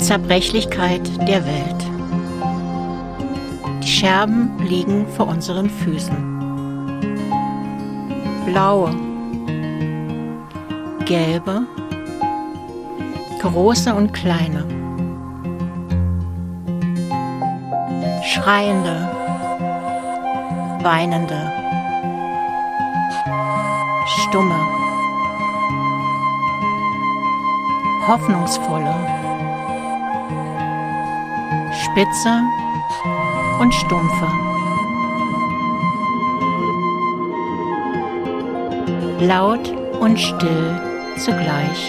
Zerbrechlichkeit der Welt. Die Scherben liegen vor unseren Füßen. Blaue, gelbe, große und kleine, schreiende, weinende, stumme, hoffnungsvolle, spitze und stumpfe, laut und still zugleich.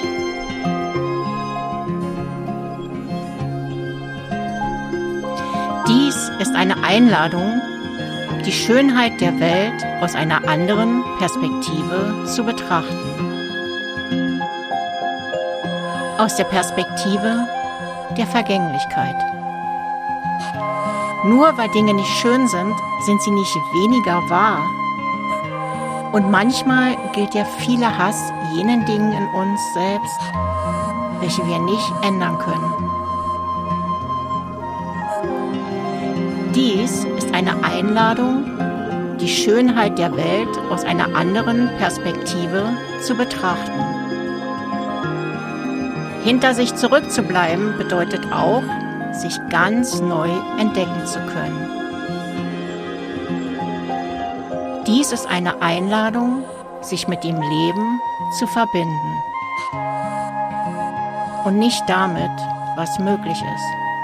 Dies ist eine Einladung, die Schönheit der Welt aus einer anderen Perspektive zu betrachten. Aus der Perspektive der Vergänglichkeit. Nur weil Dinge nicht schön sind, sind sie nicht weniger wahr. Und manchmal gilt der viele Hass jenen Dingen in uns selbst, welche wir nicht ändern können. Dies ist eine Einladung, die Schönheit der Welt aus einer anderen Perspektive zu betrachten. Hinter sich zurückzubleiben bedeutet auch, sich ganz neu entdecken zu können. Dies ist eine Einladung, sich mit dem Leben zu verbinden und nicht damit, was möglich ist.